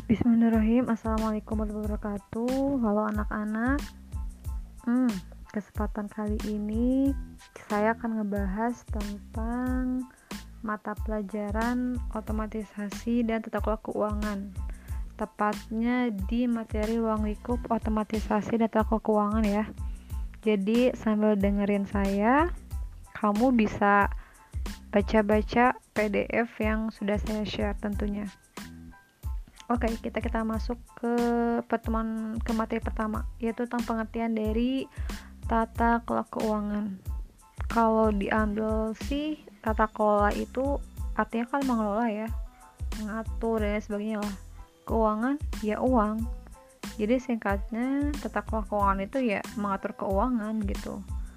Bismillahirrahmanirrahim. Assalamualaikum warahmatullahi wabarakatuh. Halo anak-anak. Kesempatan kali ini saya akan ngebahas tentang mata pelajaran otomatisasi dan tata kelola keuangan. Tepatnya di materi ruang lingkup otomatisasi dan tata kelola keuangan ya. Jadi sambil dengerin saya, kamu bisa baca-baca PDF yang sudah saya share tentunya. Oke, kita masuk ke materi pertama, yaitu tentang pengertian dari tata kelola keuangan. Kalau diambil sih, tata kelola itu artinya kan mengelola ya, mengatur dan sebagainya lah. Keuangan ya uang. Jadi singkatnya tata kelola keuangan itu ya mengatur keuangan gitu.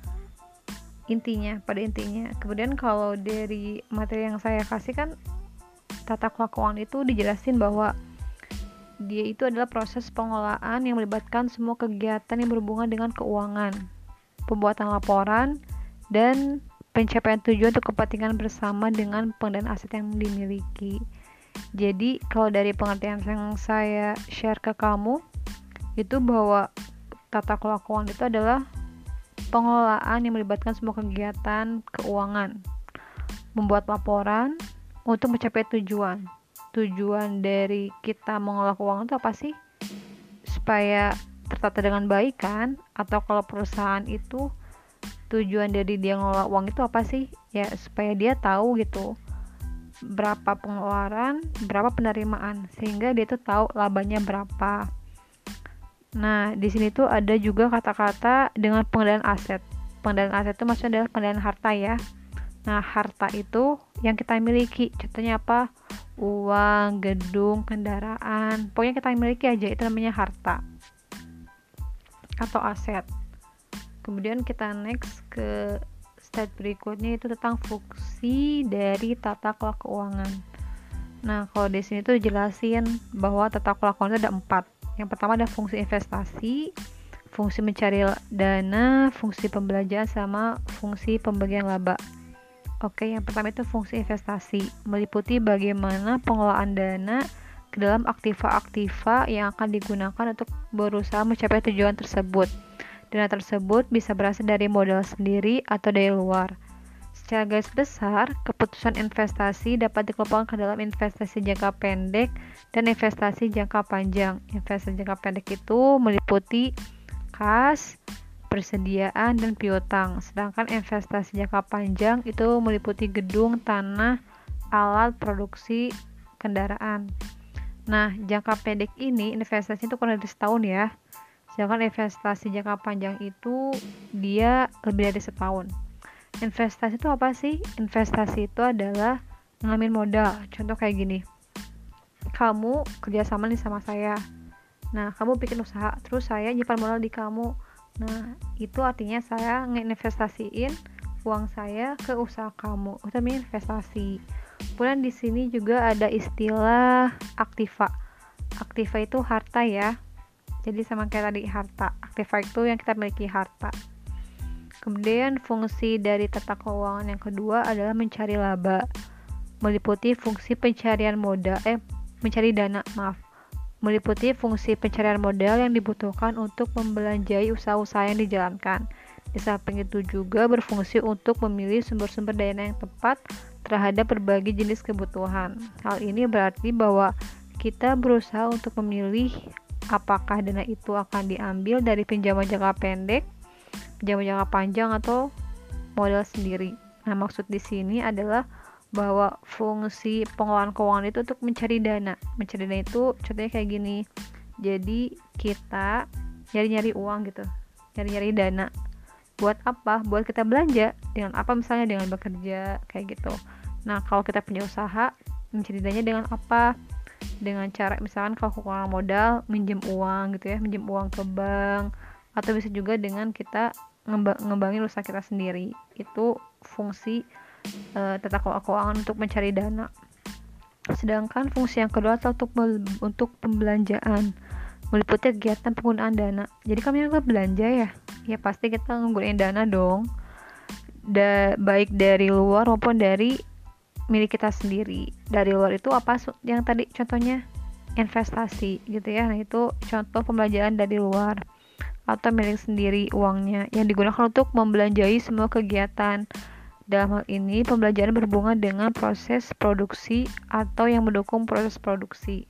Pada intinya. Kemudian kalau dari materi yang saya kasih kan, tata kelola keuangan itu dijelasin bahwa dia itu adalah proses pengelolaan yang melibatkan semua kegiatan yang berhubungan dengan keuangan, pembuatan laporan, dan pencapaian tujuan untuk kepentingan bersama dengan pengendalian aset yang dimiliki. Jadi kalau dari pengertian yang saya share ke kamu, itu bahwa tata kelola keuangan itu adalah pengelolaan yang melibatkan semua kegiatan keuangan, membuat laporan untuk mencapai tujuan dari kita mengelola keuangan itu apa sih? Supaya tertata dengan baik kan? Atau kalau perusahaan itu tujuan dari dia mengelola uang itu apa sih? Ya supaya dia tahu gitu berapa pengeluaran, berapa penerimaan, sehingga dia tuh tahu labanya berapa. Nah, di sini tuh ada juga kata-kata dengan pengendalian aset. Pengendalian aset itu maksudnya adalah pengendalian harta ya. Nah, harta itu yang kita miliki. Contohnya apa? Uang, gedung, kendaraan, pokoknya kita miliki aja, itu namanya harta atau aset. Kemudian kita next ke slide berikutnya, itu tentang fungsi dari tata kelola keuangan. Nah, kalau di sini tuh jelasin bahwa tata kelola keuangan itu ada 4. Yang pertama ada fungsi investasi, fungsi mencari dana, fungsi pembelanjaan, sama fungsi pembagian laba. Oke, yang pertama itu fungsi investasi, meliputi bagaimana pengelolaan dana ke dalam aktiva-aktiva yang akan digunakan untuk berusaha mencapai tujuan tersebut. Dana tersebut bisa berasal dari modal sendiri atau dari luar. Secara garis besar, keputusan investasi dapat dikelompokkan ke dalam investasi jangka pendek dan investasi jangka panjang. Investasi jangka pendek itu meliputi kas, persediaan, dan piutang. Sedangkan investasi jangka panjang itu meliputi gedung, tanah, alat produksi kendaraan. Nah, jangka pendek ini investasi itu kurang dari setahun ya. Sedangkan investasi jangka panjang itu dia lebih dari setahun. Investasi itu apa sih? Investasi itu adalah ngambil modal. Contoh kayak gini. Kamu kerjasama nih sama saya. Nah, kamu bikin usaha, terus saya nyimpan modal di kamu. Nah, itu artinya saya ngeinvestasiin uang saya ke usaha kamu. Itu namanya investasi. Kemudian di sini juga ada istilah aktiva. Aktiva itu harta ya. Jadi sama kayak tadi harta. Aktiva itu yang kita miliki, harta. Kemudian fungsi dari tata keuangan yang kedua adalah mencari laba. Meliputi fungsi mencari dana, meliputi fungsi pencarian modal yang dibutuhkan untuk membelanjai usaha-usaha yang dijalankan. Di samping itu juga berfungsi untuk memilih sumber-sumber dana yang tepat terhadap berbagai jenis kebutuhan. Hal ini berarti bahwa kita berusaha untuk memilih apakah dana itu akan diambil dari pinjaman jangka pendek, pinjaman jangka panjang, atau modal sendiri. Nah, maksud di sini adalah bahwa fungsi pengelolaan keuangan itu untuk mencari dana. Mencari dana itu contohnya kayak gini. Jadi kita nyari-nyari uang gitu, nyari-nyari dana. Buat apa? Buat kita belanja. Dengan apa? Misalnya dengan bekerja kayak gitu. Nah, kalau kita punya usaha, mencari dananya dengan apa? Dengan cara misalkan kalau kekurangan modal, minjem uang gitu ya, minjem uang ke bank, atau bisa juga dengan kita ngembangin usaha kita sendiri. Itu fungsi tata kelola keuangan untuk mencari dana. Sedangkan fungsi yang kedua adalah untuk pembelanjaan, meliputi kegiatan penggunaan dana. Jadi kami yang belanja ya pasti kita menggunakan dana dong, baik dari luar maupun dari milik kita sendiri. Dari luar itu apa yang tadi contohnya? investasi gitu ya. Nah, itu contoh pembelanjaan dari luar atau milik sendiri uangnya yang digunakan untuk membelanjai semua kegiatan. Dalam hal ini, pembelanjaan berhubungan dengan proses produksi atau yang mendukung proses produksi.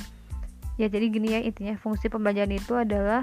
Ya, jadi gini ya, intinya fungsi pembelanjaan itu adalah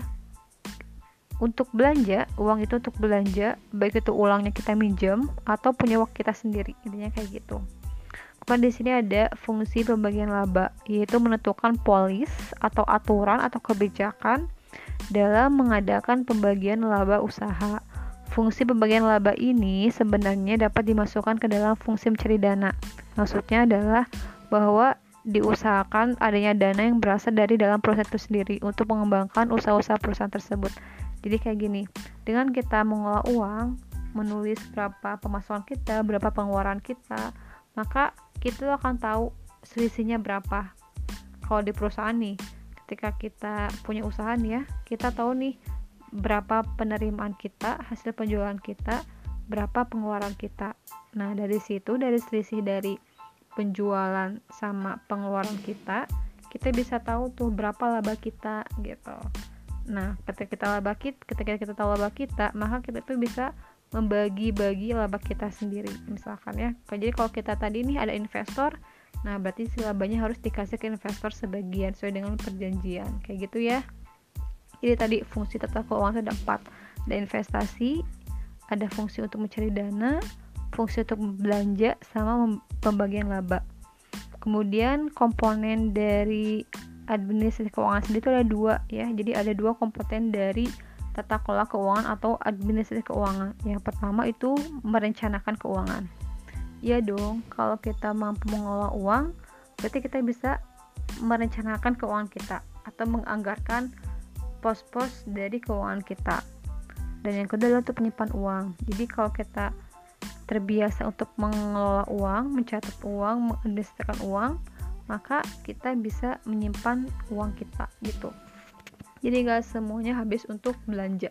untuk belanja, uang itu untuk belanja, baik itu uangnya kita minjem atau punya uang kita sendiri. Intinya kayak gitu. Kemudian di sini ada fungsi pembagian laba, yaitu menentukan polis atau aturan atau kebijakan dalam mengadakan pembagian laba usaha. Fungsi pembagian laba ini sebenarnya dapat dimasukkan ke dalam fungsi mencari dana. Maksudnya adalah bahwa diusahakan adanya dana yang berasal dari dalam perusahaan itu sendiri untuk mengembangkan usaha-usaha perusahaan tersebut. Jadi kayak gini, dengan kita mengelola uang, menulis berapa pemasukan kita, berapa pengeluaran kita, maka kita akan tahu selisihnya berapa. Kalau di perusahaan nih, ketika kita punya usaha nih ya, kita tahu nih berapa penerimaan kita, hasil penjualan kita, berapa pengeluaran kita. Nah, dari situ, dari selisih dari penjualan sama pengeluaran kita bisa tahu tuh berapa laba kita gitu. Nah, ketika kita tahu laba kita, maka kita tuh bisa membagi-bagi laba kita sendiri. Misalkan ya, jadi kalau kita tadi nih ada investor, nah berarti si labanya harus dikasih ke investor sebagian sesuai dengan perjanjian, kayak gitu ya. Jadi tadi fungsi tata keuangan ada 4. Ada investasi, ada fungsi untuk mencari dana, fungsi untuk belanja, sama pembagian laba. Kemudian komponen dari administrasi keuangan sendiri itu ada 2 ya. Jadi ada 2 komponen dari tata kelola keuangan atau administrasi keuangan. Yang pertama itu merencanakan keuangan. Ya dong, kalau kita mampu mengelola uang, berarti kita bisa merencanakan keuangan kita atau menganggarkan pos-pos dari keuangan kita. Dan yang kedua adalah untuk menyimpan uang. Jadi kalau kita terbiasa untuk mengelola uang, mencatat uang, menginvestasikan uang, maka kita bisa menyimpan uang kita gitu. Jadi gak semuanya habis untuk belanja.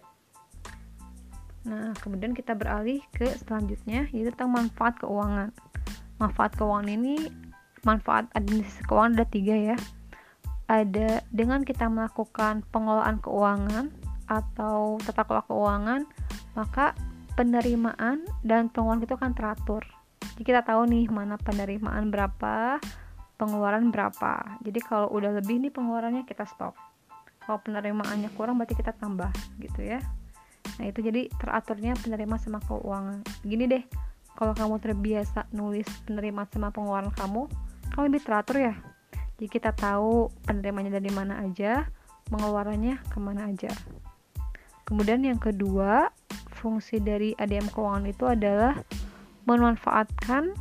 Nah, kemudian kita beralih ke selanjutnya, yaitu tentang manfaat keuangan. Manfaat keuangan ini, manfaat administrasi keuangan ada 3 ya. Ada dengan kita melakukan pengelolaan keuangan atau tata kelola keuangan, maka penerimaan dan pengeluaran itu akan teratur. Jadi kita tahu nih mana penerimaan berapa, pengeluaran berapa. Jadi kalau udah lebih nih pengeluarannya kita stop. Kalau penerimaannya kurang berarti kita tambah gitu ya. Nah, itu jadi teraturnya penerimaan sama keuangan. Gini deh, kalau kamu terbiasa nulis penerimaan sama pengeluaran kamu lebih teratur ya. Jadi kita tahu penerimaannya dari mana aja, pengeluarannya kemana aja. Kemudian yang kedua, fungsi dari ADM keuangan itu adalah memanfaatkan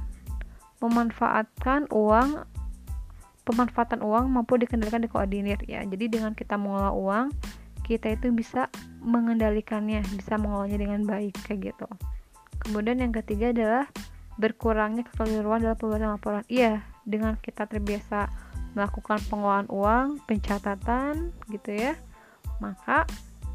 uang, pemanfaatan uang mampu dikendalikan dikoordinir ya. Jadi dengan kita mengelola uang, kita itu bisa mengendalikannya, bisa mengelolanya dengan baik kayak gitu. Kemudian yang ketiga adalah berkurangnya kekeliruan dalam pembuatan laporan. Iya, dengan kita terbiasa melakukan pengelolaan uang, pencatatan gitu ya, maka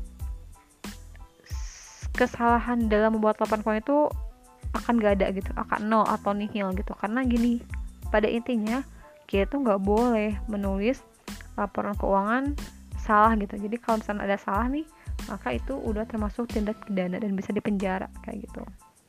kesalahan dalam membuat laporan keuangan itu akan gak ada gitu, akan nol atau nihil gitu. Karena gini, pada intinya kita tuh gak boleh menulis laporan keuangan salah gitu. Jadi kalau misalnya ada salah nih, maka itu udah termasuk tindak pidana dan bisa dipenjara kayak gitu.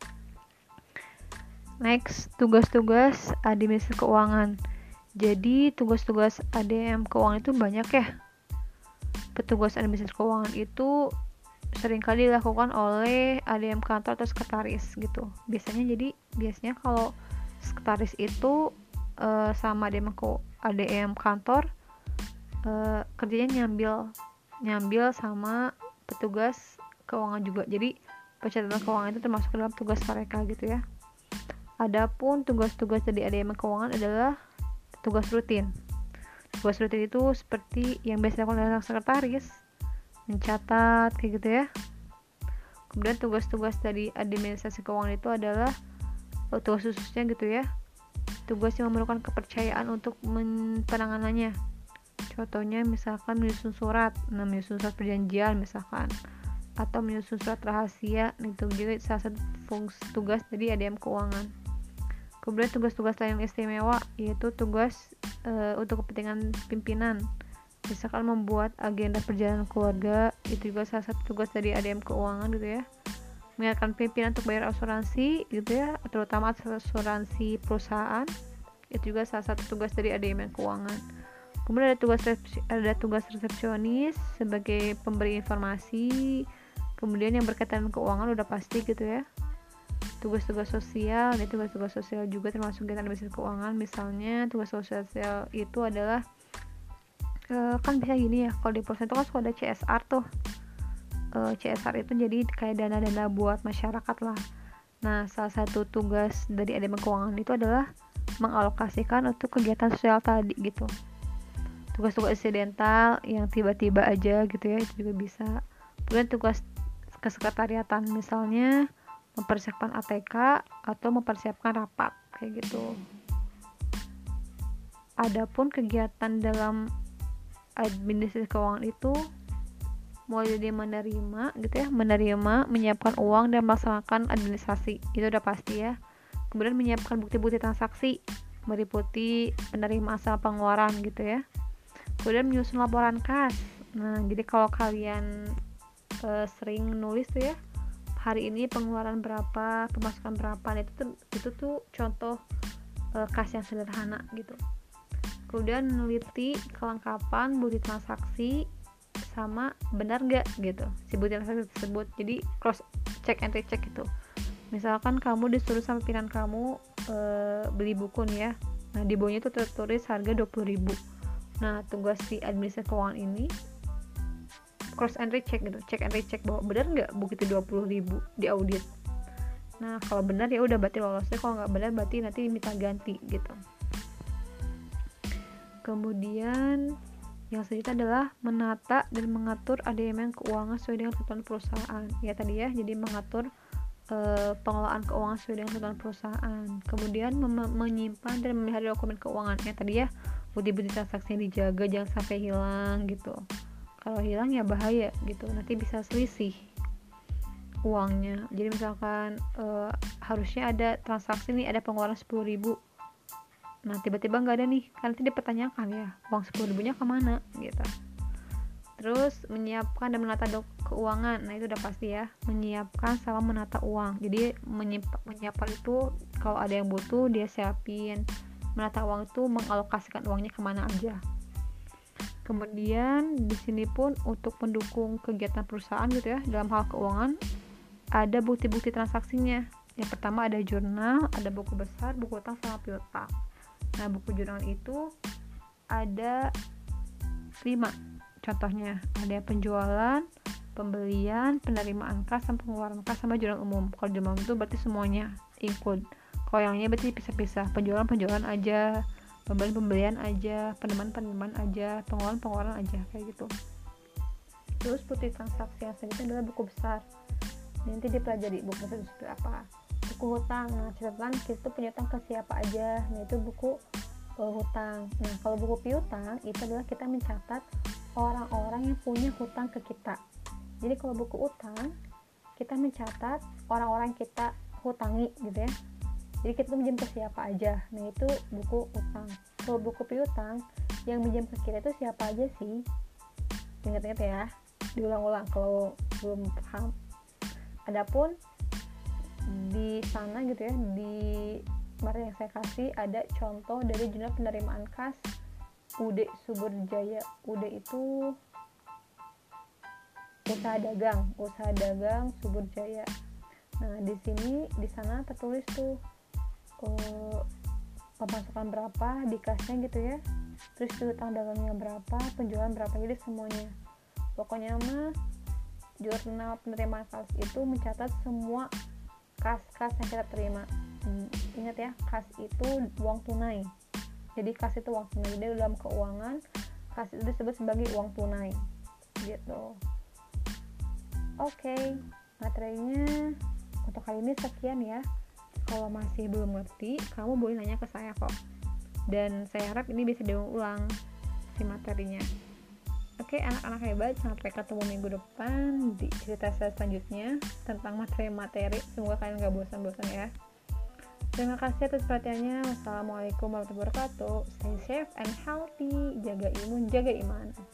Next, tugas-tugas administrasi keuangan. Jadi tugas-tugas ADM keuangan itu banyak ya. Petugas administrasi keuangan itu seringkali dilakukan oleh ADM kantor atau sekretaris gitu. Biasanya kalau sekretaris itu sama ADM kantor kerjanya nyambil sama petugas keuangan juga. Jadi pencatatan keuangan itu termasuk dalam tugas mereka gitu ya. Adapun tugas-tugas dari ADM keuangan adalah tugas rutin. Tugas rutin itu seperti yang biasa dilakukan oleh sekretaris, mencatat kayak gitu ya. Kemudian tugas-tugas dari administrasi keuangan itu adalah tugas khususnya gitu ya. Tugas yang memerlukan kepercayaan untuk penanganannya. Contohnya misalkan menyusun surat perjanjian misalkan, atau menyusun surat rahasia, itu juga salah satu fungsi tugas dari ADM keuangan. Kemudian tugas-tugas lain yang istimewa yaitu tugas untuk kepentingan pimpinan, misalkan membuat agenda perjalanan keluarga, itu juga salah satu tugas dari ADM keuangan gitu ya. Mengingatkan pimpinan untuk bayar asuransi gitu ya, terutama asuransi perusahaan, itu juga salah satu tugas dari ADM keuangan. Kemudian ada tugas resepsionis sebagai pemberi informasi. Kemudian yang berkaitan dengan keuangan udah pasti gitu ya. Tugas-tugas sosial, ini tugas-tugas sosial juga termasuk kegiatan bisnis keuangan. Misalnya tugas sosial itu adalah kan bisa gini ya, kalau di perusahaan itu kan suka ada CSR tuh. CSR itu jadi kayak dana-dana buat masyarakat lah. Nah, salah satu tugas dari ADM keuangan itu adalah mengalokasikan untuk kegiatan sosial tadi gitu. Tugas-tugas insidental yang tiba-tiba aja gitu ya, itu juga bisa. Kemudian tugas kesekretariatan, misalnya mempersiapkan ATK atau mempersiapkan rapat kayak gitu. Adapun kegiatan dalam administrasi keuangan itu mulai dari menerima gitu ya, menyiapkan uang dan melaksanakan administrasi, itu udah pasti ya. Kemudian menyiapkan bukti-bukti transaksi meliputi penerimaan sama pengeluaran gitu ya. Kemudian menyusun laporan kas. Nah, jadi kalau kalian sering nulis tuh ya, hari ini pengeluaran berapa, pemasukan berapa, itu tuh contoh kas yang sederhana gitu. Kemudian meneliti kelengkapan bukti transaksi sama benar nggak gitu si bukti transaksi tersebut. Jadi cross check and recheck itu. Misalkan kamu disuruh sama pimpinan kamu beli buku nih ya. Nah, di bawahnya itu tertulis harga 20.000. Nah, tugas si administrasi keuangan ini cross and recheck gitu, check and recheck bahwa benar nggak buku itu 20.000 di audit. Nah, kalau benar ya udah berarti lolosnya, kalau nggak benar berarti nanti minta ganti gitu. Kemudian yang selanjutnya adalah menata dan mengatur ADM keuangan sesuai dengan ketentuan perusahaan. Ya tadi ya, jadi mengatur pengelolaan keuangan sesuai dengan ketentuan perusahaan. Kemudian menyimpan dan memelihara dokumen keuangan. Ya tadi ya, bukti-bukti transaksi dijaga, jangan sampai hilang gitu. Kalau hilang ya bahaya gitu, nanti bisa selisih uangnya. Jadi misalkan harusnya ada transaksi nih, ada pengeluaran 10.000. Nah, tiba-tiba nggak ada nih, kan nanti dipertanyakan ya, uang 10.000-nya kemana gitu. Terus menyiapkan dan menata keuangan. Nah, itu udah pasti ya, menyiapkan sama menata uang. Jadi menyiapkan itu kalau ada yang butuh dia siapin. Menata uang itu mengalokasikan uangnya kemana aja. Kemudian di sini pun untuk mendukung kegiatan perusahaan gitu ya, dalam hal keuangan ada bukti-bukti transaksinya. Yang pertama ada jurnal, ada buku besar, buku utang sama piutang. Nah, buku jurnal itu ada 5 contohnya. Ada penjualan, pembelian, penerimaan kas, sama pengeluaran kas, sama jurnal umum. Kalau jurnal itu berarti semuanya include. Kalau yang ini berarti pisah-pisah, penjualan aja, pembelian aja, penerimaan aja, pengeluaran aja, kayak gitu. Terus bukti transaksi yang selanjutnya adalah buku besar. Nanti dipelajari buku besar itu seperti apa. Buku hutang, nah catatan kita punya hutang ke siapa aja. Nah, itu buku hutang. Nah, kalau buku piutang itu adalah kita mencatat orang-orang yang punya hutang ke kita. Jadi kalau buku utang kita mencatat orang-orang kita hutangi gitu ya. Jadi kita minjem ke siapa aja. Nah, itu buku utang. Kalau buku piutang yang minjem ke kita itu siapa aja sih? Ingat-ingat ya, diulang-ulang kalau belum paham. Adapun di sana gitu ya, di materi yang saya kasih ada contoh dari jurnal penerimaan kas UD Subur Jaya. UD itu usaha dagang Subur Jaya. Nah, di sana tertulis tuh pemasukan berapa di kasnya gitu ya, terus piutang dagangnya berapa, penjualan berapa, jadi semuanya. Pokoknya mah jurnal penerimaan kas itu mencatat semua kas-kas yang kita terima. Ingat ya, kas itu uang tunai. Jadi kas itu uang tunai. Jadi dalam keuangan kas itu disebut sebagai uang tunai gitu. Oke, materinya untuk kali ini sekian ya. Kalau masih belum ngerti, kamu boleh nanya ke saya kok. Dan saya harap ini bisa diulang si materinya. Oke, anak-anak hebat, sampai ketemu minggu depan di cerita saya selanjutnya tentang materi-materi. Semoga kalian gak bosan-bosan ya. Terima kasih atas perhatiannya. Wassalamualaikum warahmatullahi wabarakatuh. Stay safe and healthy. Jaga imun, jaga iman.